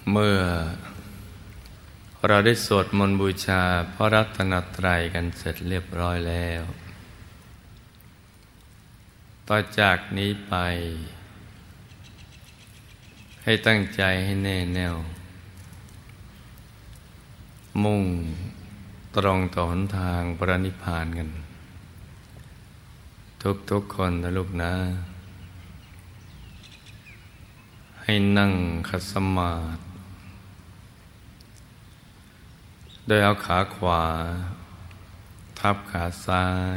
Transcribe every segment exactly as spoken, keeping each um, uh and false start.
เมื่อเราได้สวดมนต์บูชาพระรัตนตรัยกันเสร็จเรียบร้อยแล้วต่อจากนี้ไปให้ตั้งใจให้แน่แน่วมุ่งตรงต่อหนทางพระนิพพานกันทุกๆคนนะลูกนะให้นั่งขัดสมาธิโดยเอาขาขวาทับขาซ้าย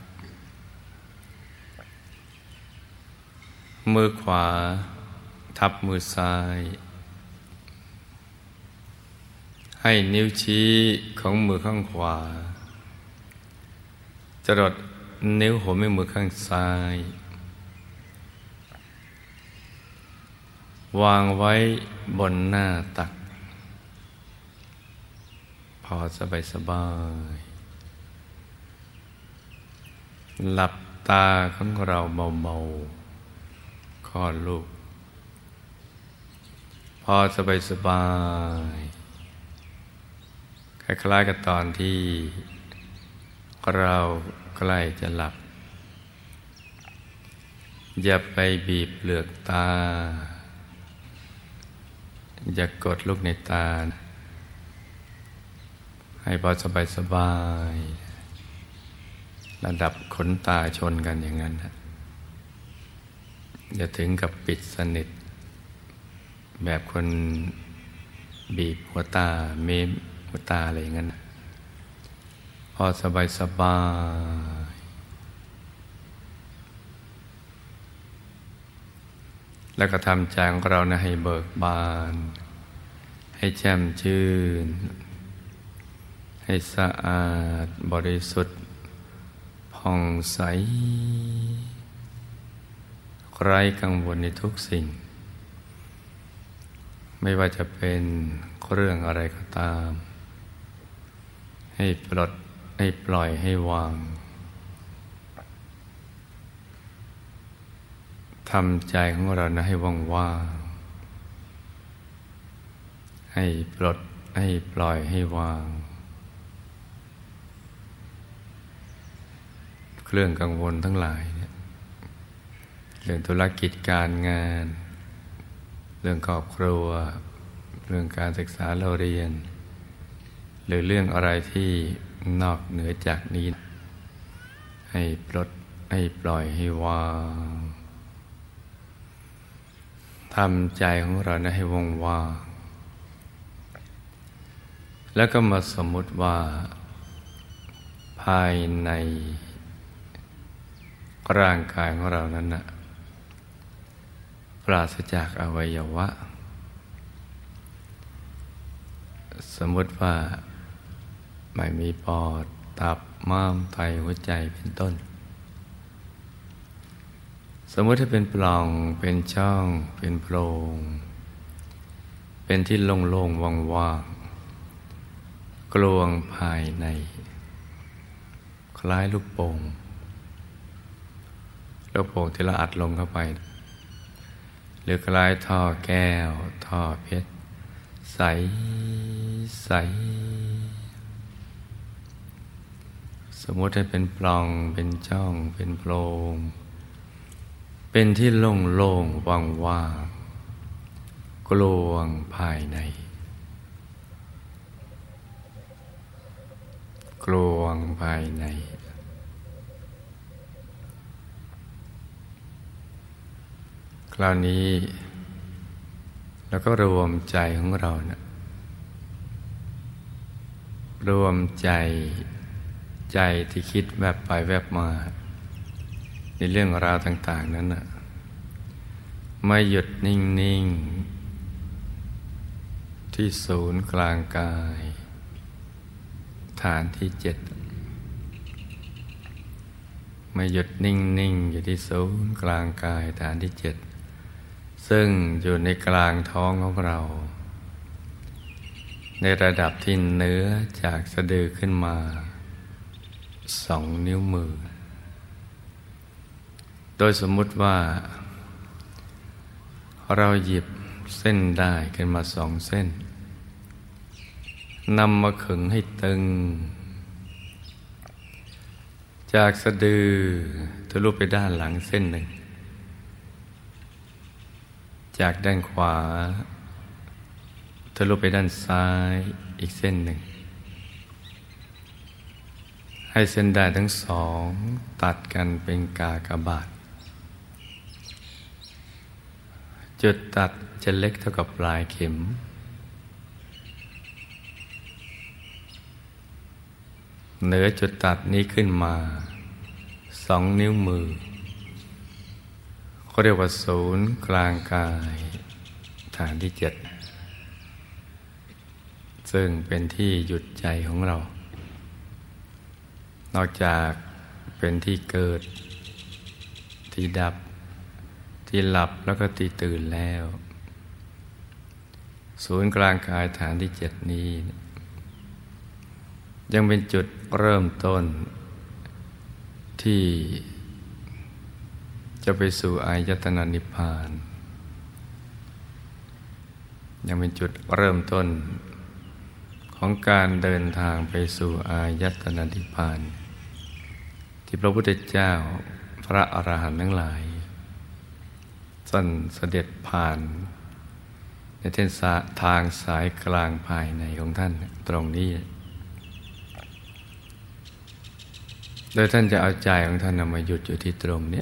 มือขวาทับมือซ้ายให้นิ้วชี้ของมือข้างขวาจรดนิ้วหัวแม่มือข้างซ้ายวางไว้บนหน้าตักพอสบายสบายหลับตาของเราเบาๆคลอดลูกพอสบายสบายคล้ายๆกับตอนที่เราใกล้จะหลับอย่าไปบีบเปลือกตาอย่ากกดลูกในตาให้พอสบายสบายระดับขนตาชนกันอย่างนั้นนะอย่าถึงกับปิดสนิทแบบคนบีบหัวตาเมมหัวตาอะไรอย่างนั้นนะพอสบายสบายแล้วก็ทำใจของเรานะให้เบิกบานให้แจ่มชื่นให้สะอาดบริสุทธิ์ผ่องใสไร้กังวลในทุกสิ่งไม่ว่าจะเป็นเรื่องอะไรก็ตามให้ปลดให้ปล่อยให้วางทำใจของเรานะให้ว่างๆให้ปลดให้ปล่อยให้วางเรื่องกังวลทั้งหลายเนี่ยเรื่องธุรกิจการงานเรื่องครอบครัวเรื่องการศึกษาเราเรียนหรือเรื่องอะไรที่นอกเหนือจากนี้ให้ปลดให้ปล่อยให้วางทำใจของเรานะให้ว่างๆแล้วก็มาสมมุติว่าภายในร่างกายของเรานั้นนะปราศจากอวัยวะสมมติว่าไม่มีปอดตับม้ามไตหัวใจเป็นต้นสมมติถ้าเป็นปล่องเป็นช่องเป็นโพรงเป็นที่โล่งๆว่างๆกลวงภายในคล้ายลูกโป่งลูกโป่งที่เราอัดลงเข้าไปหรือคล้ายท่อแก้วท่อเพชรใสใสสมมติให้เป็นปล่องเป็นช่องเป็นโพรงเป็นที่โล่งโล่งว่างว่างกลวงภายในกลวงภายในคราวนี้แล้วก็รวมใจของเรานะรวมใจใจที่คิดแวบไปแวบมาในเรื่องราวต่างๆนั้นนะไม่หยุดนิ่งๆที่ศูนย์กลางกายฐานที่เจ็ดไม่หยุดนิ่งๆอยู่ที่ศูนย์กลางกายฐานที่เจ็ดซึ่งอยู่ในกลางท้องของเราในระดับที่เหนือจากสะดือขึ้นมาสองนิ้วมือโดยสมมุติว่าเราหยิบเส้นได้ขึ้นมาสองเส้นนำมาขึงให้ตึงจากสะดือทะลุไปด้านหลังเส้นหนึ่งจากด้านขวาทะลุไปด้านซ้ายอีกเส้นหนึ่งให้เส้นได้ทั้งสองตัดกันเป็นกากบาทจุดตัดจะเล็กเท่ากับปลายเข็มเหนือจุดตัดนี้ขึ้นมาสองนิ้วมือเขาเรียกว่าศูนย์กลางกายฐานที่เจ็ดซึ่งเป็นที่หยุดใจของเรานอกจากเป็นที่เกิดที่ดับที่หลับแล้วก็ที่ตื่นแล้วศูนย์กลางกายฐานที่เจ็ดนี้ยังเป็นจุดเริ่มต้นที่จะไปสู่อายตนะนิพพานยังเป็นจุดเริ่มต้นของการเดินทางไปสู่อายตนะนิพพานที่พระพุทธเจ้าพระอรหันต์ทั้งหลายท่านเสด็จผ่านในเส้นทางสายกลางภายในของท่านตรงนี้โดยท่านจะเอาใจของท่านมาหยุดอยู่ที่ตรงนี้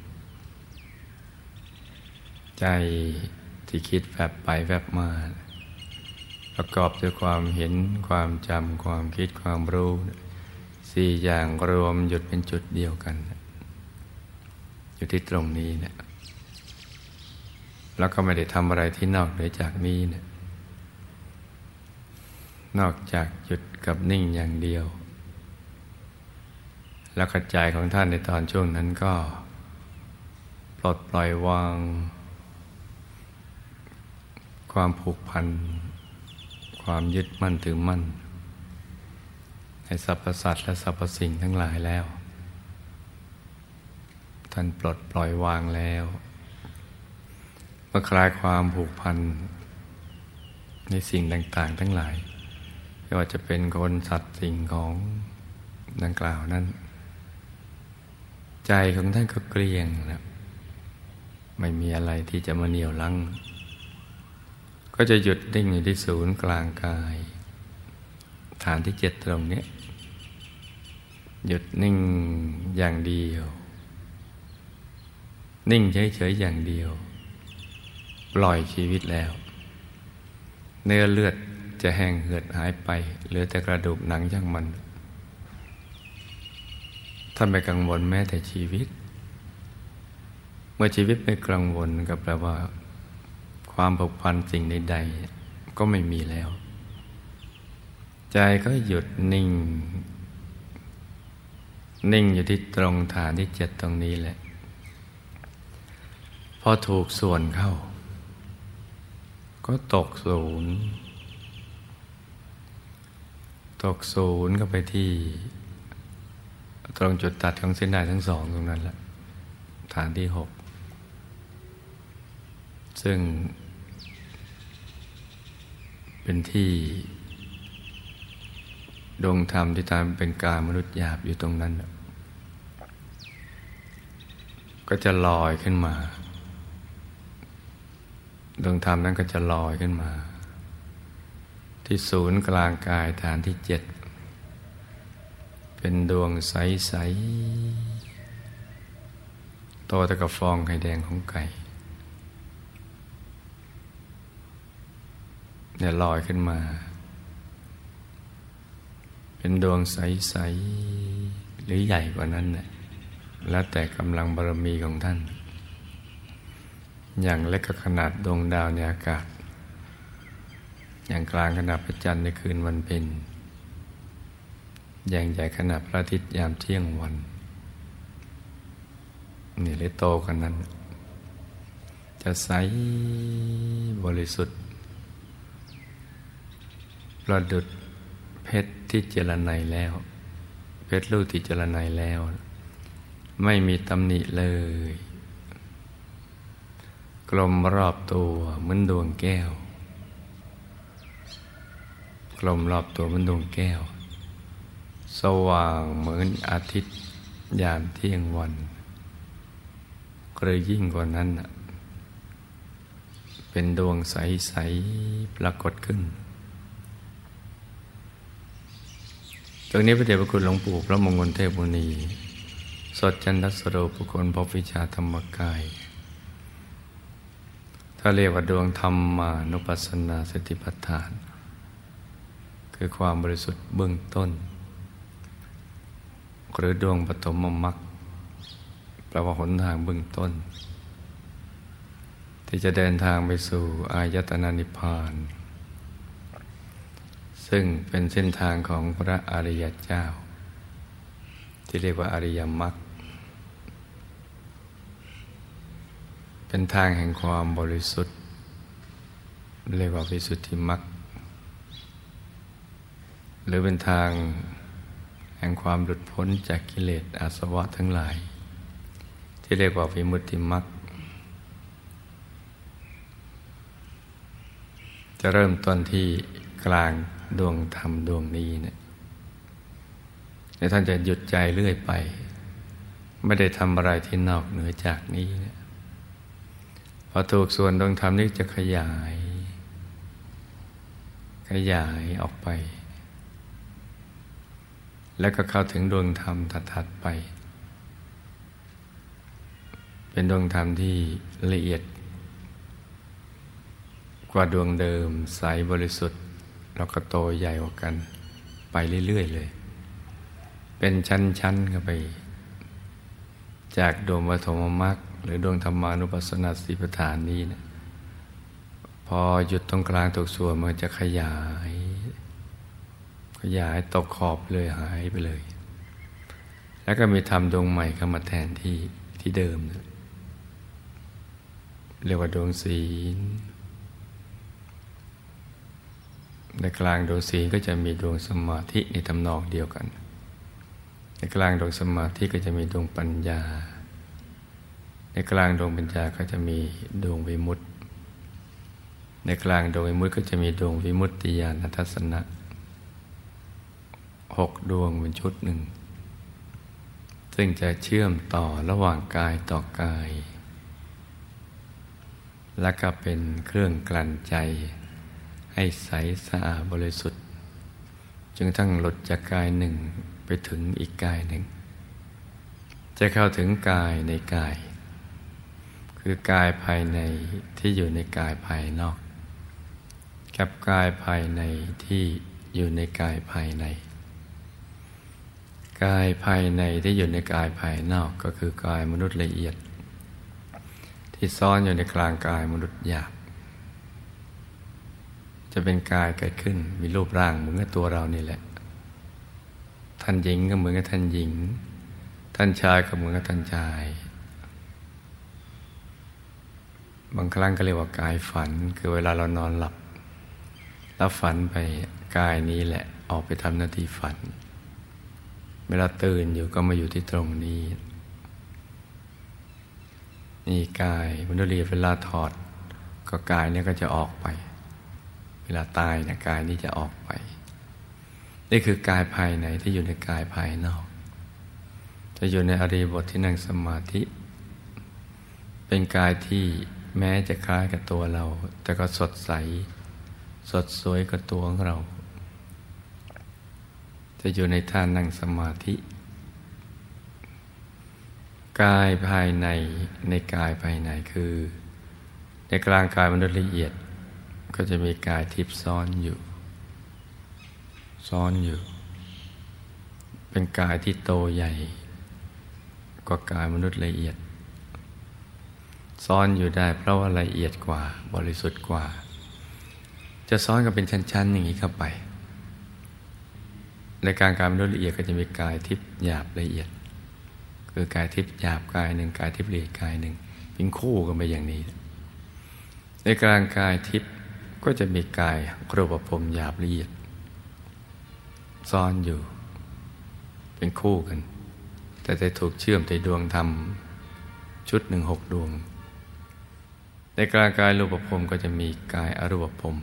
ใจที่คิดแวบไปแวบมาประกอบด้วยความเห็นความจำความคิดความรู้สี่อย่างรวมหยุดเป็นจุดเดียวกันอยู่ที่ตรงนี้เนี่ยแล้วก็ไม่ได้ทำอะไรที่นอกเหนือจากนี้เนี่ยนอกจากหยุดกับนิ่งอย่างเดียวแล้วกระจายของท่านในตอนช่วงนั้นก็ปลดปล่อยวางความผูกพันความยึดมั่นถือมั่นในสรรพสัตว์และสรรพสิ่งทั้งหลายแล้วท่านปลดปล่อยวางแล้วเมื่อคลายความผูกพันในสิ่งต่างๆทั้งหลายไม่ว่าจะเป็นคนสัตว์สิ่งของดังกล่าวนั้นใจของท่านก็เกลี้ยงนะไม่มีอะไรที่จะมาเหนี่ยวรั้งก็จะหยุดนิ่งอยู่ที่ศูนย์กลางกายฐานที่เจ็ดตรงนี้หยุดนิ่งอย่างเดียวนิ่งเฉยๆอย่างเดียวปล่อยชีวิตแล้วเนื้อเลือดจะแห้งเหือดหายไปเหลือแต่กระดูกหนังช่างมันท่านไม่กังวลแม้แต่ชีวิตเมื่อชีวิตไม่กังวลก็แปลว่าความผูกพันสิ่งใดๆก็ไม่มีแล้วใจก็หยุดนิ่งนิ่งอยู่ที่ตรงฐานที่เจ็ดตรงนี้แหละพอถูกส่วนเข้าก็ตกศูนย์ตกศูนย์ก็ไปที่ตรงจุดตัดของเส้นได้ทั้งสองตรงนั้นแหละฐานที่หกซึ่งเป็นที่ดวงธรรมที่ตามเป็นกายมนุษย์หยาบอยู่ตรงนั้นก็จะลอยขึ้นมาดวงธรรมนั้นก็จะลอยขึ้นมาที่ศูนย์กลางกายฐานที่เจ็ดเป็นดวงใสๆโตเท่ากับฟองไข่แดงของไก่เนี่ยลอยขึ้นมาเป็นดวงใสๆหรือใหญ่กว่านั้นเนี่ยแล้วแต่กำลังบารมีของท่านอย่างเล็กก็ขนาดดวงดาวในอากาศอย่างกลางขนาดพระจันทร์ในคืนวันเพ็ญอย่างใหญ่ขนาดพระอาทิตย์ยามเที่ยงวันนี่เลยโตกันนั้นจะใสบริสุทธิ์ประดุจเพชรที่เจรไนแล้วเพชรลูกที่เจรไนแล้วไม่มีตำหนิเลยกลมรอบตัวเหมือนดวงแก้วกลมรอบตัวเหมือนดวงแก้วสว่างเหมือนอาทิตย์ยามเที่ยงวันหรือยิ่งกว่านั้นเป็นดวงใสๆปรากฏขึ้นตรงนี้พระเดชพระคุณหลวงปู่พระมงคลเทพมุนีสดจันทสโรปุคคลพบวิชาธรรมกายถ้าเรียกว่าดวงธรรมานุปัสสนาสติปัฏฐานคือความบริสุทธิ์เบื้องต้นหรือดวงปฐมมรรคแปลว่าหนทางเบื้องต้นที่จะเดินทางไปสู่อายตนะนิพพานซึ่งเป็นเส้นทางของพระอริยเจ้าที่เรียกว่าอริยมรรคเป็นทางแห่งความบริสุทธิ์เรียกว่าวิสุทธิมรรคหรือเป็นทางแห่งความหลุดพ้นจากกิเลสอาสวะทั้งหลายที่เรียกว่าวิมุตติมรรคจะเริ่มต้นที่กลางดวงธรรมดวงนี้เนี่ยและท่านจะหยุดใจเรื่อยไปไม่ได้ทำอะไรที่นอกเหนือจากนี้เนี่ยพอถูกส่วนดวงธรรมนี้จะขยายขยายออกไปแล้วก็เข้าถึงดวงธรรมถัดๆไปเป็นดวงธรรมที่ละเอียดกว่าดวงเดิมใสบริสุทธิ์แล้วก็โตใหญ่กว่ากันไปเรื่อยๆเลยเป็นชั้นๆกันไปจากดวงปฐมมรรคหรือดวงธรรมานุปัสสนาสติปัฏฐานนี้นะพอหยุดตรงกลางถูกส่วนมันจะขยายขยายตกขอบเลยหายไปเลยแล้วก็มีธรรมดวงใหม่เข้ามาแทนที่ที่เดิมนะเรียกว่าดวงศีลในกลางดวงศีลก็จะมีดวงสมาธิในทำนองเดียวกันในกลางดวงสมาธิก็จะมีดวงปัญญาในกลางดวงปัญญาก็จะมีดวงวิมุตติในกลางดวงวิมุตติก็จะมีดวงวิมุตติญาณทัศนะหกดวงเป็นชุดหนึ่งซึ่งจะเชื่อมต่อระหว่างกายต่อกายและก็เป็นเครื่องกลั่นใจให้ใสสะอาดบริสุทธิ์จึงทั้งหลุดจากกายหนึ่งไปถึงอีกกายหนึ่งจะเข้าถึงกายในกายคือกายภายในที่อยู่ในกายภายนอกกับกายภายในที่อยู่ในกายภายในกายภายในที่อยู่ในกายภายนอกก็คือกายมนุษย์ละเอียดที่ซ่อนอยู่ในกลางกายมนุษย์หยาบจะเป็นกายเกิดขึ้นมีรูปร่างเหมือนกับตัวเรานี่แหละท่านหญิงก็เหมือนกับท่านหญิงท่านชายก็เหมือนกับท่านชายบางครั้งก็เรียกว่ากายฝันคือเวลาเรานอนหลับแล้วฝันไปกายนี้แหละออกไปทำหน้าที่ฝันเวลาตื่นอยู่ก็มาอยู่ที่ตรงนี้นี่กายมนุษย์เวลาถอดก็กายนี้ก็จะออกไปเวลาตายเนี่ยกายนี้จะออกไปนี่คือกายภายในที่อยู่ในกายภายนอกจะอยู่ในอริยบทที่นั่งสมาธิเป็นกายที่แม้จะคล้ายกับตัวเราแต่ก็สดใสสดสวยกับตัวของเราจะอยู่ในท่านั่งสมาธิกายภายในในกายภายในคือในกลางกายมนุษย์ละเอียดก็จะมีกายทิพย์ซ้อนอยู่ซ้อนอยู่เป็นกายที่โตใหญ่กว่ากายมนุษย์ละเอียดซ้อนอยู่ได้เพราะว่าละเอียดกว่าบริสุทธิ์กว่าจะซ้อนกันเป็นชั้นๆอย่างนี้เข้าไปในกลางกายมนุษย์ละเอียดก็จะมีกายทิพย์หยาบละเอียดคือกายทิพย์หยาบกายหนึ่งกายทิพย์ละเอียดกายหนึ่งเป็นคู่กันไปอย่างนี้ในกลางกายทิพย์ก็จะมีกายรูปภพหยาบละเอียดซ้อนอยู่เป็นคู่กันแต่จะถูกเชื่อมในดวงธรรมชุดหนึ่งหกดวงในกลางกายรูปภพก็จะมีกายอรูปภพ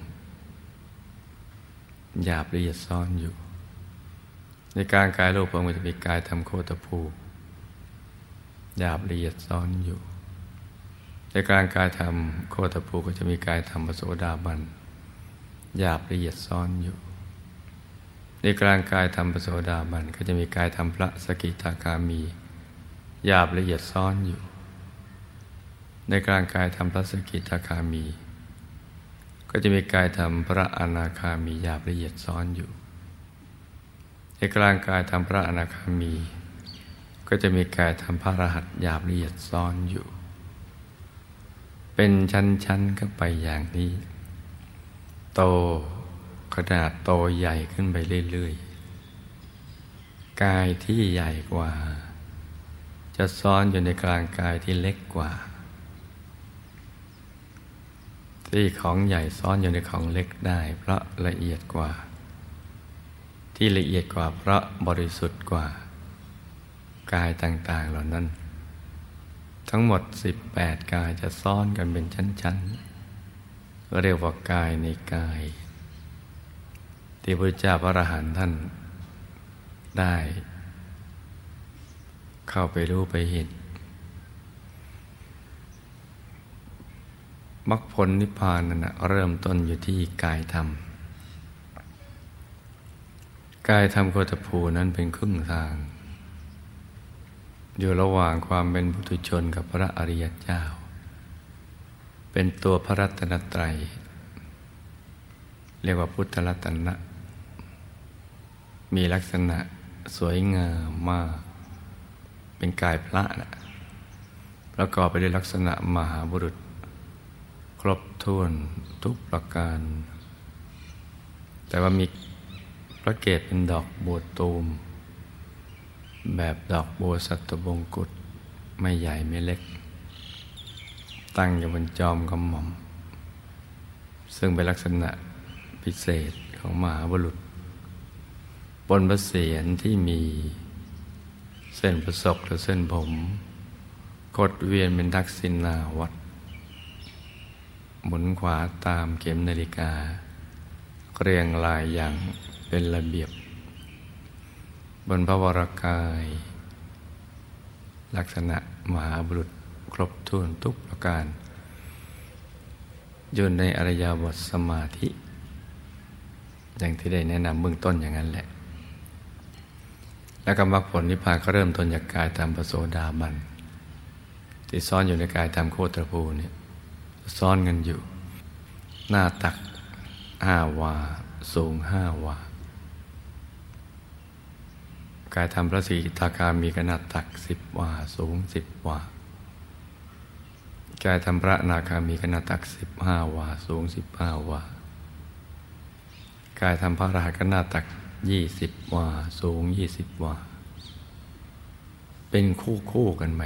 หยาบละเอียดซ่อนอยู่ในกลางกายรูปภพก็จะมีกายธรรมโคตภูหยาบละเอียดซ่อนอยู่ในกลางกายธรรมโคตภูก็จะมีกายธรรมพระโสดาบันหยาบละเอียดซ่อนอยู่ในกลางกายธรรมพระโสดาบันก็จะมีกายธรรมพระสกิทาคามีหยาบละเอียดซ่อนอยู่ในกลางกายธรรมพระสกิทาคามีก็จะมีกายธรรมพระอนาคามีหยาบละเอียดซ่อนอยู่ในกลางกายธรรมพระอนาคามีก็จะมีกายธรรมพระอรหันต์หยาบละเอียดซ่อนอยู่เป็นชั้นๆก็ไปอย่างนี้โตขนาดโตใหญ่ขึ้นไปเรื่อยๆกายที่ใหญ่กว่าจะซ่อนอยู่ในกลางกายที่เล็กกว่าที่ของใหญ่ซ่อนอยู่ในของเล็กได้เพราะละเอียดกว่าที่ละเอียดกว่าเพราะบริสุทธิ์กว่ากายต่างๆเหล่านั้นทั้งหมดสิบแปดกายจะซ่อนกันเป็นชั้นๆก็เรียกว่ากายในกายที่พระพุทธเจ้าพระอรหันต์ท่านได้เข้าไปรู้ไปเห็นมรรคผลนิพพานนั่นนะเริ่มต้นอยู่ที่กายธรรมกายธรรมโคตภูนั้นเป็นครึ่งทางอยู่ระหว่างความเป็นปุถุชนกับพระอริยเจ้าเป็นตัวพระรัตนตรัยเรียกว่าพุทธรัตนะมีลักษณะสวยงามมากเป็นกายพระนะประกอบไปด้วยลักษณะมหาบุรุษครบถ้วนทุกประการแต่ว่ามีพระเกศเป็นดอกบัวตูมแบบดอกบัวสัตบงกุฎไม่ใหญ่ไม่เล็กตั้งอยู่บนจอมกระหม่อมซึ่งเป็นลักษณะพิเศษของมหาบุรุษบนพระเศียรที่มีเส้นประศกหรือเส้นผมกดเวียนเป็นทักษิณาวัตรหมุนขวาตามเข็มนาฬิกาเรียงรายอย่างเป็นระเบียบบนพระวรกายลักษณะมหาบุรุษครบถ้วนทุกประการอยู่ในอริยบทสมาธิอย่างที่ได้แนะนำเบื้องต้นอย่างนั้นแหละแล้วก็มรรคผลนิพพานก็เริ่มต้นจากกายธรรมพระโสดาบันที่ซ่อนอยู่ในกายธรรมโคตภูเนี่ยซ่อนกันอยู่หน้าตักห้าวาสูงห้าวากายธรรมพระสกิทาคามีขนาดตักสิบวาสูงสิบวากายธรรมพระอนาคามีขนาดตักสิบห้าวาสูงสิบห้าวากายธรรมพระอรหันต์ขนาดตักยี่สิบวาสูงยี่สิบวาเป็นคู่คู่กันไป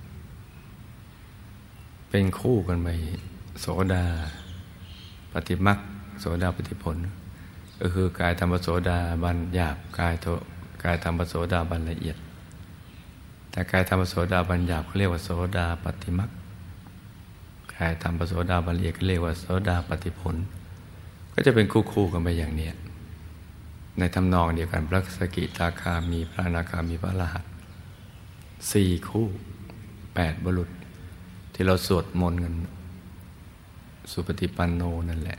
เป็นคู่กันไปโสดาปฏิมักขโสดาปฏิผลก็คือกายธรรมโสดาบันหยาบกายโทกายธรรมโสดาบันละเอียดแต่กายธรรมโสดาบันหยาบเขาเรียกว่าโสดาปฏิมักกายธรรมโสดาบันละเอียดเขาเรียกว่าโสดาปฏิผลก็จะเป็นคู่คู่กันไปอย่างนี้ในทำนองเดียวกันพระสกิทาคามีพระอนาคามีพระอรหันต์สี่คู่แปดบุรุษที่เราสวดมนต์กันสุปฏิปันโนนั่นแหละ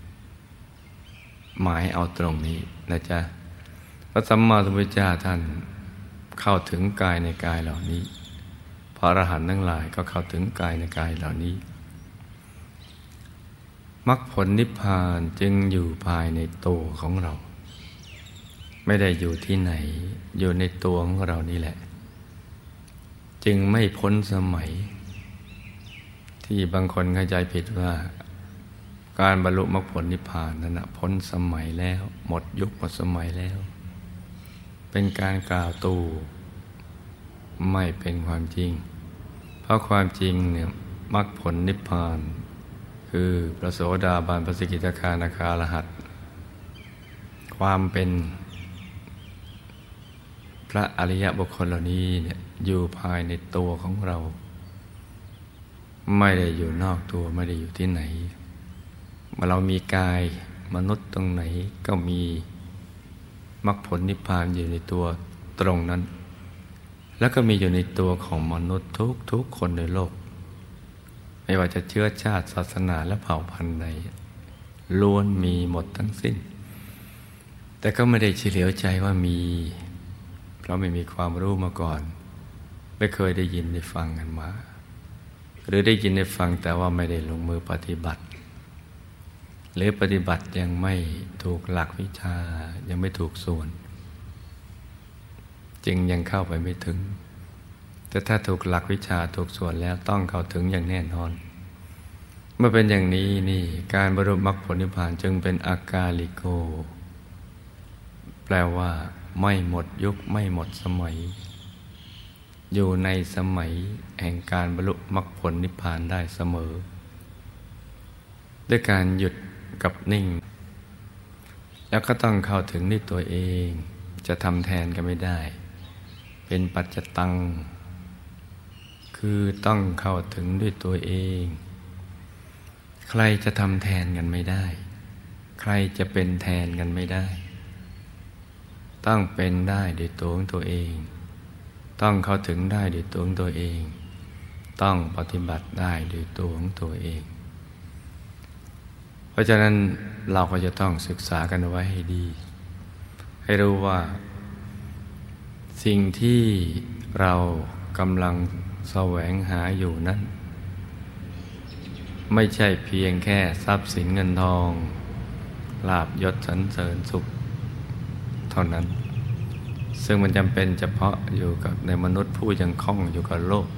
หมายเอาตรงนี้นะจ๊ะพระสัมมาสัมพุทธเจ้าท่านเข้าถึงกายในกายเหล่านี้พระอรหันต์ทั้งหลายก็เข้าถึงกายในกายเหล่านี้มรรคผลนิพพานจึงอยู่ภายในตัวของเราไม่ได้อยู่ที่ไหนอยู่ในตัวของเรานี่แหละจึงไม่พ้นสมัยที่บางคนเข้าใจผิดว่าการบรรลุมรรคผลนิพพานนั้นนะพ้นสมัยแล้วหมดยุคหมดสมัยแล้วเป็นการกล่าวตู่ไม่เป็นความจริงเพราะความจริงเนี่ยมรรคผลนิพพานคือพระโสดาบันพระสกิทาคานาคาอรหันต์ความเป็นพระอริยบุคคลเหล่านี้เนี่ยอยู่ภายในตัวของเราไม่ได้อยู่นอกตัวไม่ได้อยู่ที่ไหนเมื่อเรามีกายมนุษย์ตรงไหนก็มีมรรคผลนิพพานอยู่ในตัวตรงนั้นแล้วก็มีอยู่ในตัวของมนุษย์ทุกทุกคนในโลกไม่ว่าจะเชื้อชาติศาสนาและเผ่าพันธุ์ใดล้วนมีหมดทั้งสิ้นแต่ก็ไม่ได้เฉลียวใจว่ามีเพราะไม่มีความรู้มาก่อนไม่เคยได้ยินได้ฟังกันมาหรือได้ยินได้ฟังแต่ว่าไม่ได้ลงมือปฏิบัติหรือปฏิบัติยังไม่ถูกหลักวิชายังไม่ถูกส่วนจึงยังเข้าไปไม่ถึงแต่ถ้าถูกหลักวิชาถูกส่วนแล้วต้องเข้าถึงอย่างแน่นอนเมื่อเป็นอย่างนี้นี่การบรรลุมรรคผลนิพพานจึงเป็นอากาลิโกแปลว่าไม่หมดยุคไม่หมดสมัยอยู่ในสมัยแห่งการบรรลุมรรคผลนิพพานได้เสมอด้วยการหยุดกับนิ่งแล้วก็ต้องเข้าถึงด้วยตัวเองจะทำแทนกันไม่ได้เป็นปัจจตังคือต้องเข้าถึงด้วยตัวเองใครจะทำแทนกันไม่ได้ใครจะเป็นแทนกันไม่ได้ต้องเป็นได้ด้วยตัวของตัวเองต้องเข้าถึงได้ด้วยตัวของตัวเองต้องปฏิบัติได้ด้วยตัวของตัวเองเพราะฉะนั้นเราก็จะต้องศึกษากันไว้ให้ดีให้รู้ว่าสิ่งที่เรากำลังแสวงหาอยู่นั้นไม่ใช่เพียงแค่ทรัพย์สินเงินทองลาภยศสรรเสริญสุขเท่านั้นซึ่งมันจำเป็นเฉพาะอยู่กับในมนุษย์ผู้ยังคล่องอยู่กับโลก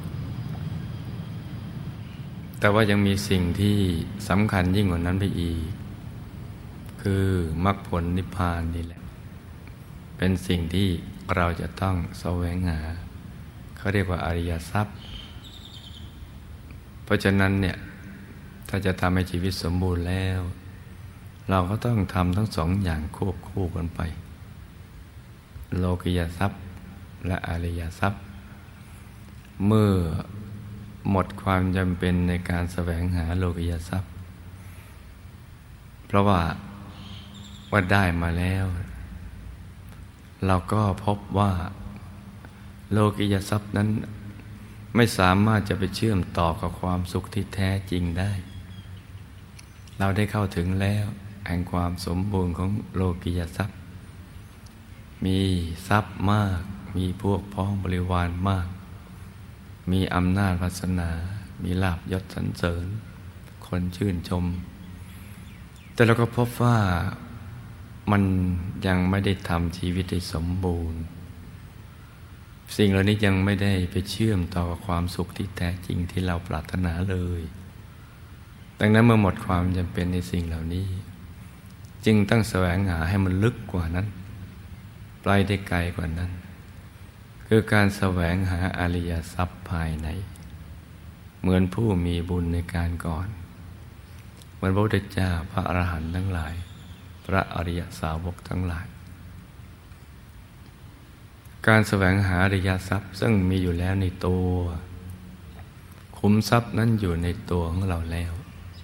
แต่ว่ายังมีสิ่งที่สำคัญยิ่งกว่านั้นไปอีกคือมรรคผลนิพพานนี่แหละเป็นสิ่งที่เราจะต้องแสวงหาเขาเรียกว่าอริยทรัพย์เพราะฉะนั้นเนี่ยถ้าจะทำให้ชีวิตสมบูรณ์แล้วเราก็ต้องทำทั้งสองอย่างควบคู่กันไปโลกิยทรัพย์และอริยทรัพย์เมื่อหมดความจำเป็นในการแสวงหาโลกิยทรัพย์เพราะว่าว่าได้มาแล้วเราก็พบว่าโลกิยทรัพย์นั้นไม่สามารถจะไปเชื่อมต่อกับความสุขที่แท้จริงได้เราได้เข้าถึงแล้วแห่งความสมบูรณ์ของโลกิยทรัพย์มีทรัพย์มากมีพวกพ้องบริวารมากมีอำนาจวาสนามีลาภยศสรรเสริญคนชื่นชมแต่เราก็พบว่ามันยังไม่ได้ทำชีวิตให้สมบูรณ์สิ่งเหล่านี้ยังไม่ได้ไปเชื่อมต่อกับความสุขที่แท้จริงที่เราปรารถนาเลยดังนั้นเมื่อหมดความจำเป็นในสิ่งเหล่านี้จึงต้องแสวงหาให้มันลึกกว่านั้นไปได้ไกลกว่านั้นคือการแสวงหาอริยทรัพย์ภายในเหมือนผู้มีบุญในการก่อนเหมือนพระพุทธเจ้าพระอรหันต์ทั้งหลายพระอริยสาวกทั้งหลายการแสวงหาอริยทรัพย์ซึ่งมีอยู่แล้วในตัวขุมทรัพย์นั้นอยู่ในตัวของเราแล้ว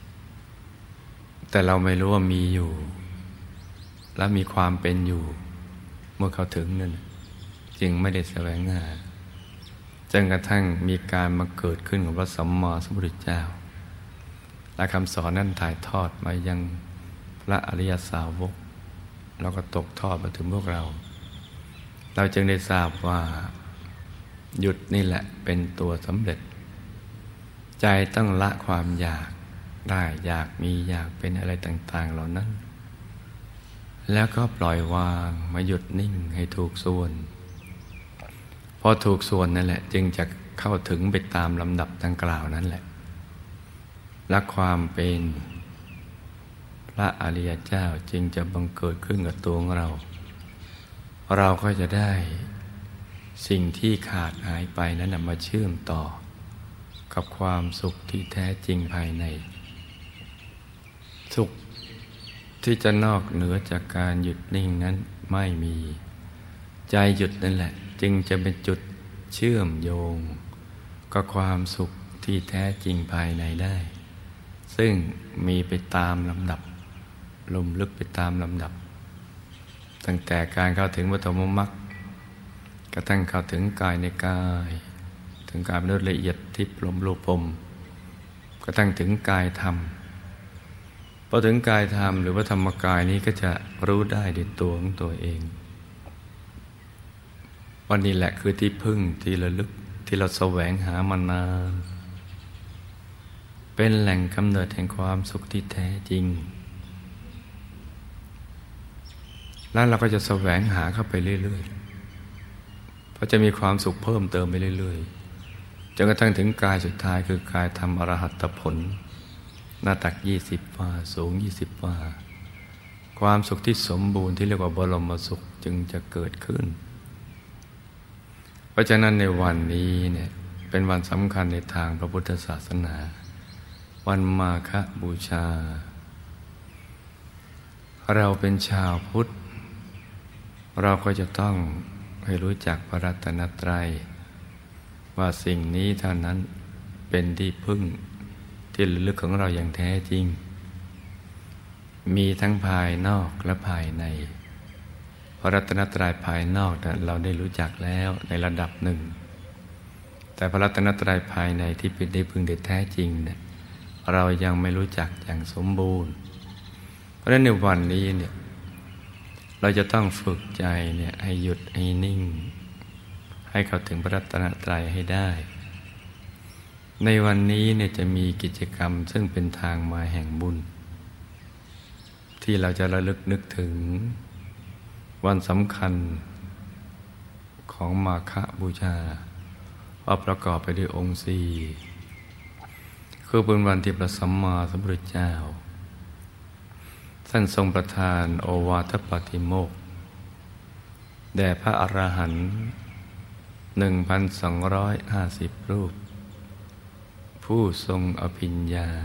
แต่เราไม่รู้ว่ามีอยู่และมีความเป็นอยู่เมื่อเขาถึงนั่นจึงไม่ได้แสวงหาจนกระทั่งมีการมาเกิดขึ้นของพระสัมมาสัมพุทธเจ้าและคำสอนนั้นถ่ายทอดมายังพระอริยสาวกแล้วก็ตกทอดมาถึงพวกเราเราจึงได้ทราบว่าหยุดนี่แหละเป็นตัวสำเร็จใจต้องละความอยากได้อยากมีอยากเป็นอะไรต่างๆเหล่านั้นแล้วก็ปล่อยวางมาหยุดนิ่งให้ถูกส่วนพอถูกส่วนนั่นแหละจึงจะเข้าถึงไปตามลำดับดังกล่าวนั้นแหละและความเป็นพระอริยเจ้าจึงจะบังเกิดขึ้นกับตัวของเราเราก็จะได้สิ่งที่ขาดหายไปนั้นมาเชื่อมต่อกับความสุขที่แท้จริงภายในสุขที่จะนอกเหนือจากการหยุดนิ่งนั้นไม่มีใจหยุดนั่นแหละจึงจะเป็นจุดเชื่อมโยงกับความสุขที่ที่แท้จริงภายในได้ซึ่งมีไปตามลำดับลุ่มลึกไปตามลำดับตั้งแต่การเข้าถึงปฐมมรรคกระทั่งเข้าถึงกายในกายถึงการละเอียดทิพย์ลมรูปพรหมกระทั่งถึงกายธรรมพอถึงกายธรรมหรือว่าธรรมกายนี้ก็จะรู้ได้ด้วยตัวของตัวเองวันนี้แหละคือที่พึ่งที่ระลึกที่เราแสวงหามานานเป็นแหล่งกำเนิดแห่งความสุขที่แท้จริงแล้วเราก็จะแสวงหาเข้าไปเรื่อยๆเพราะจะมีความสุขเพิ่มเติมไปเรื่อยๆจนกระทั่งถึงกายสุดท้ายคือกายธรรมอรหัตผลหน้าตักยี่สิบวาสูงยี่สิบวาความสุขที่สมบูรณ์ที่เรียกว่าบรมสุขจึงจะเกิดขึ้นเพราะฉะนั้นในวันนี้เนี่ยเป็นวันสำคัญในทางพระพุทธศาสนาวันมาฆบูชาเราเป็นชาวพุทธเราก็จะต้องให้รู้จักพระรัตนตรัยว่าสิ่งนี้เท่านั้นเป็นที่พึ่งที่ระลึกของเราอย่างแท้จริงมีทั้งภายนอกและภายในพระรัตนตรัยภายนอกนั้นเราได้รู้จักแล้วในระดับหนึ่งแต่พระรัตนตรัยภายในที่เป็นที่พึ่งแท้จริงเนี่ยเรายังไม่รู้จักอย่างสมบูรณ์เพราะฉะนั้นในวันนี้เนี่ยเราจะต้องฝึกใจเนี่ยให้หยุดให้นิ่งให้เข้าถึงพระรัตนตรัยให้ได้ในวันนี้เนี่ยจะมีกิจกรรมซึ่งเป็นทางมาแห่งบุญที่เราจะระลึกนึกถึงวันสำคัญของมาฆบูชาว่าประกอบไปด้วยองค์สี่คือเป็นวันที่พระสัมมาสัมพุทธเจ้าท่านทรงประทานโอวาทปาติโมกข์แด่พระอรหันต์ หนึ่งพันสองร้อยห้าสิบ รูปผู้ทรงอภิญญา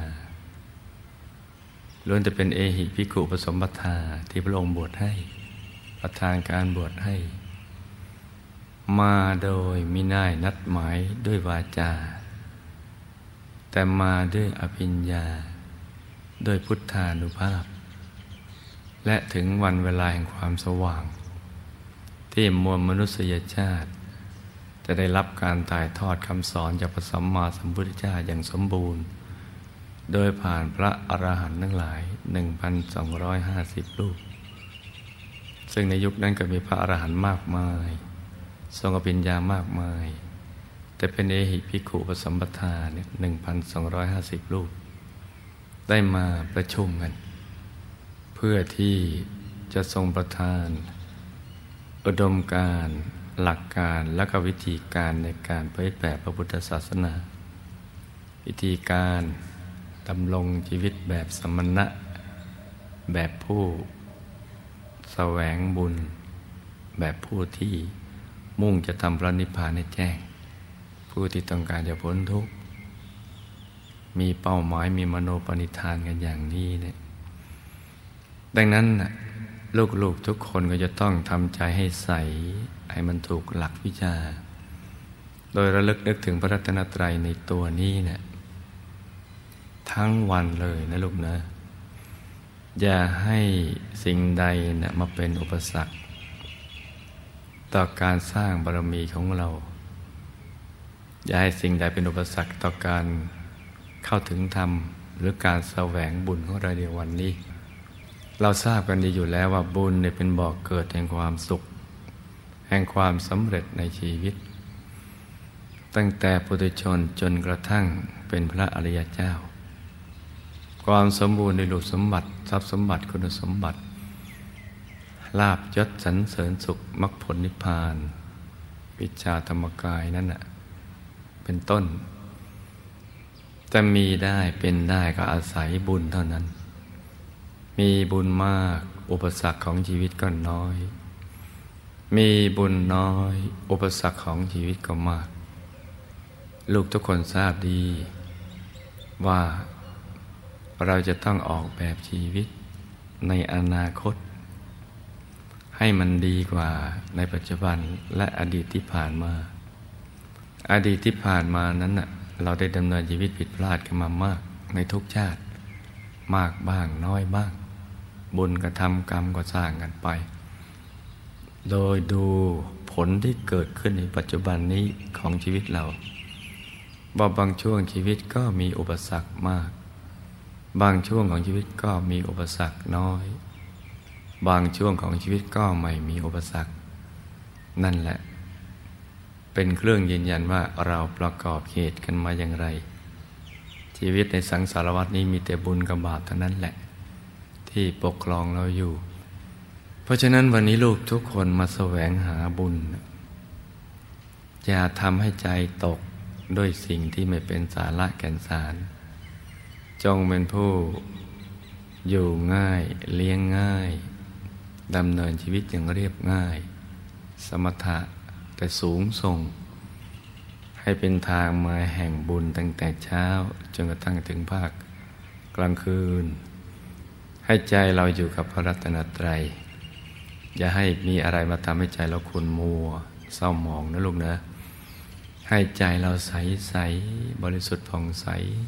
ล้วนจะเป็นเอหิภิกขุปสมปทาที่พระองค์บวชให้ประทานการบวชให้มาโดยมิได้นัดหมายด้วยวาจาแต่มาด้วยอภิญญาด้วยพุทธานุภาพและถึงวันเวลาแห่งความสว่างที่มวลมนุษยชาติจะได้รับการถ่ายทอดคำสอนจากพระสัมมาสัมพุทธเจ้าอย่างสมบูรณ์โดยผ่านพระอรหันต์ทั้งหลาย หนึ่งพันสองร้อยห้าสิบ รูปซึ่งในยุคนั้นก็มีพระอรหันต์มากมายทรงอภิญญามากมายแต่เป็นเอหิภิกขุปสัมปทาเนี่ย หนึ่งพันสองร้อยห้าสิบ รูปได้มาประชุมกันเพื่อที่จะทรงประทานอุดมการณ์หลักการและก็วิธีการในการเผยแผ่พระพุทธศาสนาวิธีการดำรงชีวิตแบบสมณะแบบผู้แสวงบุญแบบผู้ที่มุ่งจะทำพระนิพพานให้แจ้งผู้ที่ต้องการจะพ้นทุกข์มีเป้าหมายมีมโนปณิธานกันอย่างนี้เนี่ยดังนั้นลูกๆทุกคนก็จะต้องทำใจให้ใสให้มันถูกหลักวิชาโดยระลึกนึกถึงพระรัตนตรัยในตัวนี้เนี่ยทั้งวันเลยนะลูกนะอย่าให้สิ่งใดเนี่ยมาเป็นอุปสรรคต่อการสร้างบารมีของเราอย่าให้สิ่งใดเป็นอุปสรรคต่อการเข้าถึงธรรมหรือการแสวงบุญของเราในวันนี้เราทราบกันดีอยู่แล้วว่าบุญเนี่ยเป็นบ่อกเกิดแห่งความสุขแห่งความสำเร็จในชีวิตตั้งแต่ปุถุชนจนกระทั่งเป็นพระอริยเจ้าความสมบูรณ์ในรูปสมบัติทรัพย์สมบัติคุณสมบัติลาภยศสรรเสริญสุขมรรคผลนิพพานวิชาธรรมกายนั่นน่ะเป็นต้นแต่มีได้เป็นได้ก็อาศัยบุญเท่านั้นมีบุญมากอุปสรรคของชีวิตก็น้อยมีบุญน้อยอุปสรรคของชีวิตก็มากลูกทุกคนทราบดีว่าเราจะต้องออกแบบชีวิตในอนาคตให้มันดีกว่าในปัจจุบันและอดีตที่ผ่านมาอดีตที่ผ่านมานั้นน่ะเราได้ดำเนินชีวิตผิดพลาดกันมามากในทุกชาติมากบ้างน้อยบ้างบุญกระทำกรรมก็สร้างกันไปโดยดูผลที่เกิดขึ้นในปัจจุบันนี้ของชีวิตเราว่าบางช่วงชีวิตก็มีอุปสรรคมากบางช่วงของชีวิตก็มีอุปสรรคน้อยบางช่วงของชีวิตก็ไม่มีอุปสรรคนั่นแหละเป็นเครื่องยืนยันว่าเราประกอบเหตุกันมาอย่างไรชีวิตในสังสารวัฏนี้มีแต่บุญกับบาปเท่านั้นแหละที่ปกครองเราอยู่เพราะฉะนั้นวันนี้ลูกทุกคนมาแสวงหาบุญอย่าทำให้ใจตกด้วยสิ่งที่ไม่เป็นสาระแก่นสารจงเป็นผู้อยู่ง่ายเลี้ยงง่ายดำเนินชีวิตอย่างเรียบง่ายสมถะแต่สูงส่งให้เป็นทางมาแห่งบุญตั้งแต่เช้าจนกระทั่งถึงภาคกลางคืนให้ใจเราอยู่กับพระรัตนตรัยอย่าให้มีอะไรมาทำให้ใจเราขุ่นมัวเศร้าหมองนะลูกนะให้ใจเราใสใสบริสุทธิ์ผ่องใส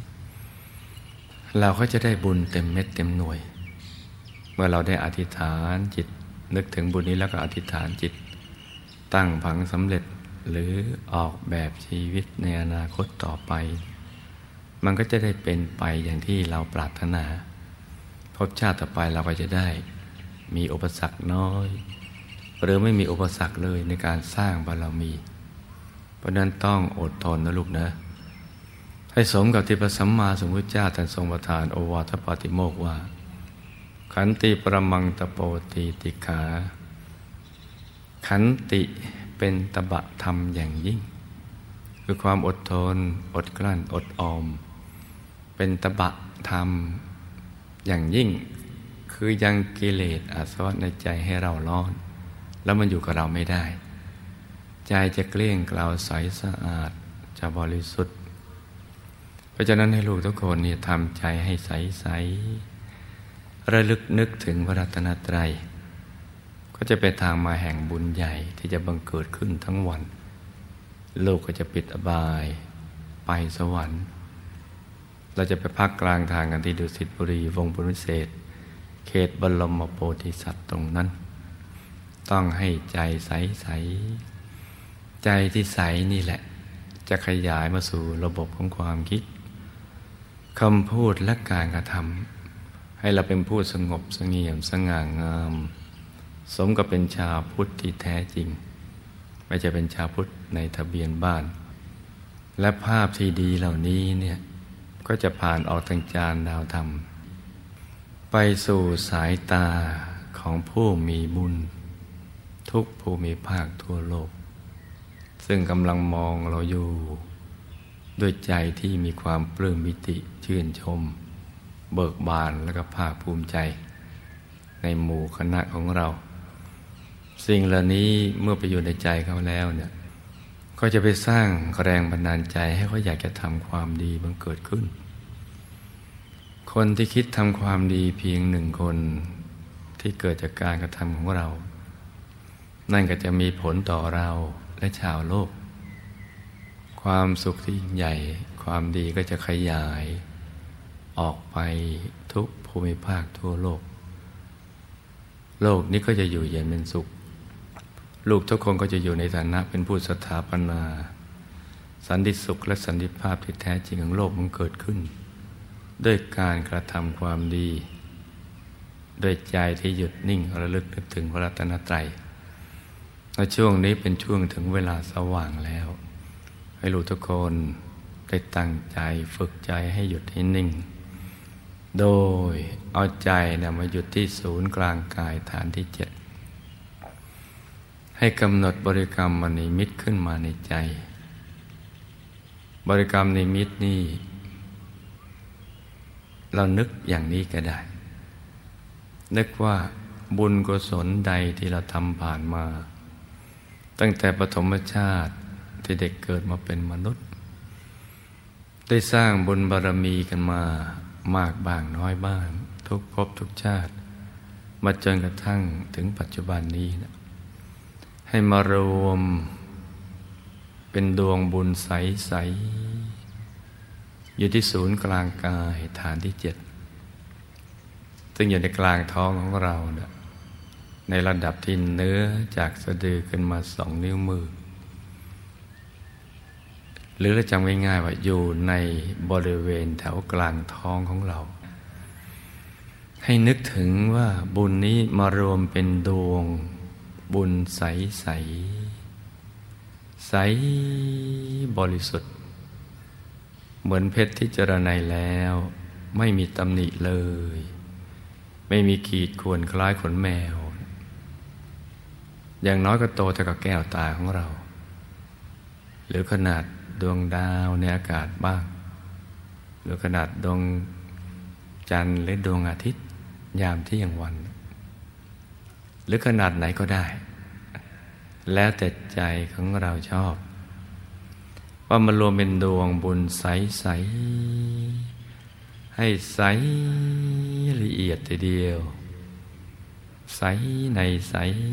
เราก็จะได้บุญเต็มเม็ดเต็มหน่วยเมื่อเราได้อธิษฐานจิตนึกถึงบุญนี้แล้วก็อธิษฐานจิตตั้งผังสำเร็จหรือออกแบบชีวิตในอนาคตต่อไปมันก็จะได้เป็นไปอย่างที่เราปรารถนาภพชาติต่อไปเราก็จะได้มีอุปสรรคน้อยหรือไม่มีอุปสรรคเลยในการสร้างบารมีเพราะนั้นต้องอดทนนะลูกนะให้สมกับที่พระสัมมาสัมพุทธเจ้าท่านทรงประทานโอวาทปาติโมกข์ว่าขันติปรมังตโปตีติขาขันติเป็นตบะธรรมอย่างยิ่งคือความอดทนอดกลั้นอดออมเป็นตบะธรรมอย่างยิ่งคือยังกิเลสอาสวะในใจให้เราร้อนแล้วมันอยู่กับเราไม่ได้ใจจะเกลี้ยงเกลาใสสะอาดจะบริสุทธิ์เพราะฉะนั้นให้ลูกทุกคนเนี่ยทำใจให้ใสใสระลึกนึกถึงพระรัตนตรัยก็จะเป็นทางมาแห่งบุญใหญ่ที่จะบังเกิดขึ้นทั้งวันโลกก็จะปิดอบายไปสวรรค์เราจะไปพักกลางทางกันที่ดุสิตบุรีวงบุญวิเศษเขตบรมโพธิสัตว์ตรงนั้นต้องให้ใจใสใสใจที่ใสนี่แหละจะขยายมาสู่ระบบของความคิดคำพูดและการกระทำให้เราเป็นผู้สงบเสงี่ยมสง่างามสมกับเป็นชาวพุทธที่แท้จริงไม่ใช่เป็นชาวพุทธในทะเบียนบ้านและภาพที่ดีเหล่านี้เนี่ยก็จะผ่านออกทางจานดาวธรรมไปสู่สายตาของผู้มีบุญทุกภูมิภาคทั่วโลกซึ่งกำลังมองเราอยู่ด้วยใจที่มีความปลื้มปิติชื่นชมเบิกบานและก็ภาคภูมิใจในหมู่คณะของเราสิ่งเหล่านี้เมื่อไปอยู่ในใจเขาแล้วเนี่ยก็จะไปสร้างแรงบันดาลใจให้เขาอยากจะทำความดีบังเกิดขึ้นคนที่คิดทำความดีเพียงหนึ่งคนที่เกิดจากการกระทำของเรานั่นก็จะมีผลต่อเราและชาวโลกความสุขที่ยิ่งใหญ่ความดีก็จะขยายออกไปทุกภูมิภาคทั่วโลกโลกนี้ก็จะอยู่เย็นเป็นสุขลูกทุกคนก็จะอยู่ในฐานะเป็นผู้สถาปนาสันติสุขและสันติภาพที่แท้จริงของโลกมันเกิดขึ้นด้วยการกระทำความดีด้วยใจที่หยุดนิ่งระลึกนึกถึงพระรัตนตรัยและช่วงนี้เป็นช่วงถึงเวลาสว่างแล้วให้ลูกทุกคนได้ตั้งใจฝึกใจให้หยุดให้นิ่งโดยเอาใจเนี่ยมาหยุดที่ศูนย์กลางกายฐานที่เจ็ดให้กำหนดบริกรรมมนิมิตขึ้นมาในใจบริกรรมนิมิตนี่เรานึกอย่างนี้ก็ได้นึกว่าบุญกุศลใดที่เราทำผ่านมาตั้งแต่ปฐมชาติที่เด็กเกิดมาเป็นมนุษย์ได้สร้างบุญบารมีกันมามากบ้างน้อยบ้างทุกภพทุกชาติมาจนกระทั่งถึงปัจจุบันนี้นะให้มารวมเป็นดวงบุญใสอยู่ที่ศูนย์กลางกายฐานที่เจ็ดซึ่งอยู่ในกลางท้องของเราเนี่ยในระดับที่เนื้อจากสะดือขึ้นมาสองนิ้วมือหรือเราจำง่ายๆว่าอยู่ในบริเวณแถวกลางท้องของเราให้นึกถึงว่าบุญนี้มารวมเป็นดวงบุญใสใสใสบริสุทธิ์เหมือนเพชรที่เจรไนแล้วไม่มีตำหนิเลยไม่มีขีดข่วนคล้ายขนแมวอย่างน้อยก็โตเท่ากับแก้วตาของเราหรือขนาดดวงดาวในอากาศบ้างหรือขนาดดวงจันทร์หรือดวงอาทิตย์ยามเที่ยงวันหรือขนาดไหนก็ได้แล้วแต่ใจของเราชอบว่ามันรวมเป็นดวงบุญใสๆให้ใสละเอียดทีเดียวใสในใส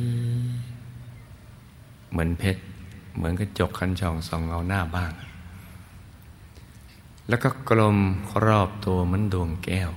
เหมือนเพชรเหมือนกระจกคันช่องส่องเงาหน้าบ้างแล้วก็กลมรอบตัวเหมือนดวงแก้ว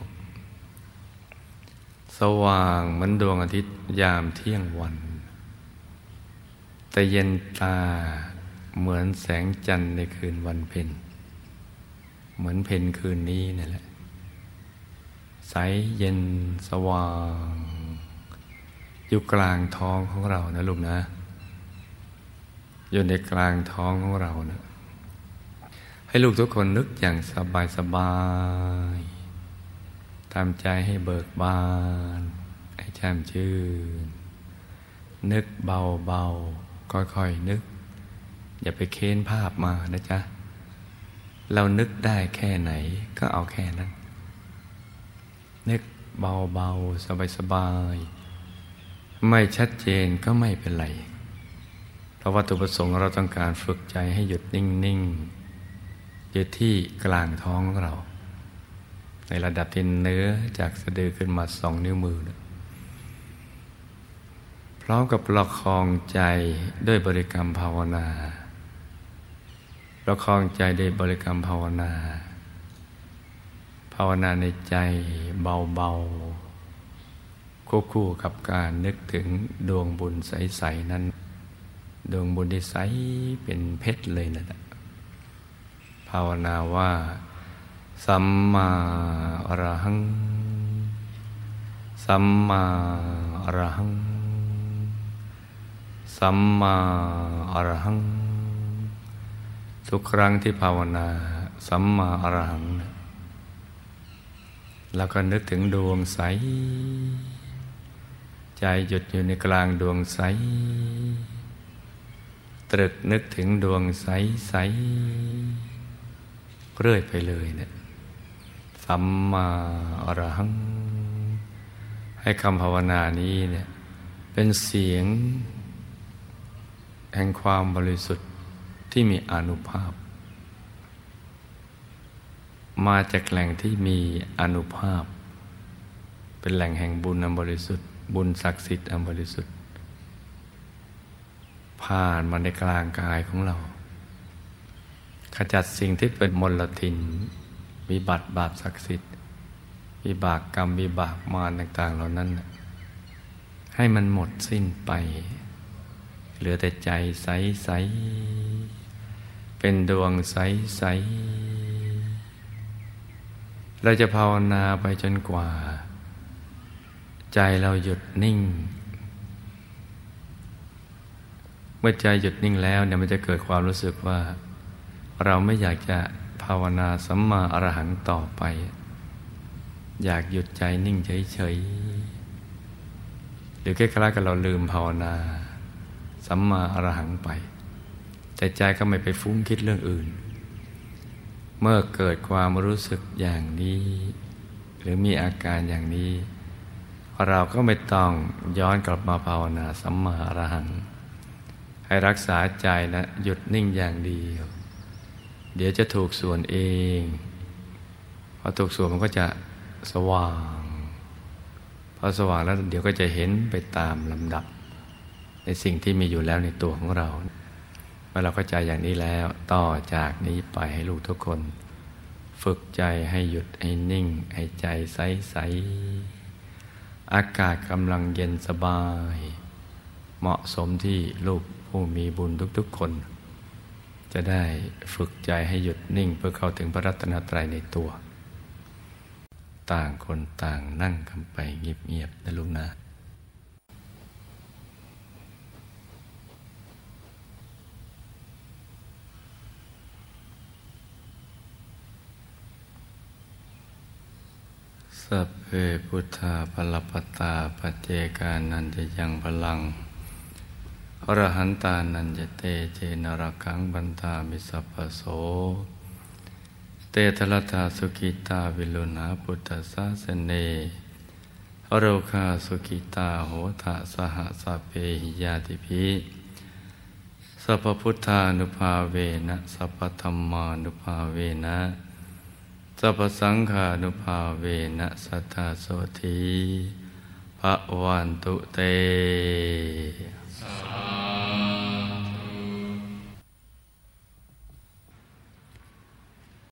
สว่างเหมือนดวงอาทิตย์ยามเที่ยงวันแต่เย็นตาเหมือนแสงจันทร์ในคืนวันเพ็ญเหมือนเพ็ญคืนนี้นั่นแหละใสเย็นสว่างอยู่กลางท้องของเรานะลูกนะอยู่ในกลางท้องของเรานะให้ลูกทุกคนนึกอย่างสบายสบายทำใจให้เบิกบานให้แช่มชื่นนึกเบาๆค่อยๆนึกอย่าไปเค้นภาพมานะจ๊ะเรานึกได้แค่ไหนก็เอาแค่นั้นนึกเบาๆสบายๆไม่ชัดเจนก็ไม่เป็นไรเพราะวัตถุประสงค์เราต้องการฝึกใจให้หยุดนิ่งๆอยู่ที่กลางท้องของเราในระดับที่เนื้อจากสะดือขึ้นมาสองนิ้วมือนะพร้อมกับประคองใจด้วยบริกรรมภาวนาประคองใจด้วยบริกรรมภาวนาภาวนาในใจเบาๆควบคู่กับการนึกถึงดวงบุญใสๆนั้นดวงบุญที่ใสเป็นเพชรเลยนะภาวนาว่าสัมมาอรหังสัมมาอรหังสัมมาอรหังทุกครั้งที่ภาวนาสัมมาอรหังแล้วก็นึกถึงดวงใสใจหยุดอยู่ในกลางดวงใสตรึกนึกถึงดวงใสใสเรื่อยไปเลยเนี่ยสัมมาอรหังให้คำภาวนานี้เนี่ยเป็นเสียงแห่งความบริสุทธิ์ที่มีอานุภาพมาจากแหล่งที่มีอานุภาพเป็นแหล่งแห่งบุญอันบริสุทธิ์บุญศักดิ์สิทธิ์อันบริสุทธิ์ผ่านมาในกลางกายของเราขจัดสิ่งที่เป็นมลทินวิบัติบาปศักดิ์สิทธิ์วิบากกรรมวิบากมารต่างๆเหล่านั้นให้มันหมดสิ้นไปเหลือแต่ใจใสๆเป็นดวงใสๆเราจะภาวนาไปจนกว่าใจเราหยุดนิ่งเมื่อใจหยุดนิ่งแล้วเนี่ยมันจะเกิดความรู้สึกว่าเราไม่อยากจะภาวนาสัมมาอรหังต่อไปอยากหยุดใจนิ่งเฉยๆหรือคล้ายๆกับเราลืมภาวนาสัมมาอรหังไปแต่ใจก็ไม่ไปฟุ้งคิดเรื่องอื่นเมื่อเกิดความรู้สึกอย่างนี้หรือมีอาการอย่างนี้เราก็ไม่ต้องย้อนกลับมาภาวนาสัมมาอรหังให้รักษาใจนะหยุดนิ่งอย่างเดียวเดี๋ยวจะถูกส่วนเองพอถูกส่วนมันก็จะสว่างพอสว่างแล้วเดี๋ยวก็จะเห็นไปตามลำดับในสิ่งที่มีอยู่แล้วในตัวของเราเมื่อเราเข้าใจอย่างนี้แล้วต่อจากนี้ไปให้ลูกทุกคนฝึกใจให้หยุดให้นิ่งให้ใจใสๆอากาศกำลังเย็นสบายเหมาะสมที่ลูกผู้มีบุญทุกๆคนจะได้ฝึกใจให้หยุดนิ่งเพื่อเข้าถึงพระรัตนตรัยในตัวต่างคนต่างนั่งกันไปเงียบๆนะลูกนะสัพเพพุทธาภลปตาปัจเจกานันจะยังพลังอรหันตานันจะเตเจนรกังบันตามิสัพพโสเตทลัตถาสุกิตาวิลุณาพุทธสาสเนอโรคาสุกิตาโหทะสหสัพเพหิยาติภิสัพพพุทธานุภาเวนะสัพพธัมมานุภาเวนะสัพพสังฆานุภาเวนะสัทธาโสธีภวันตุเต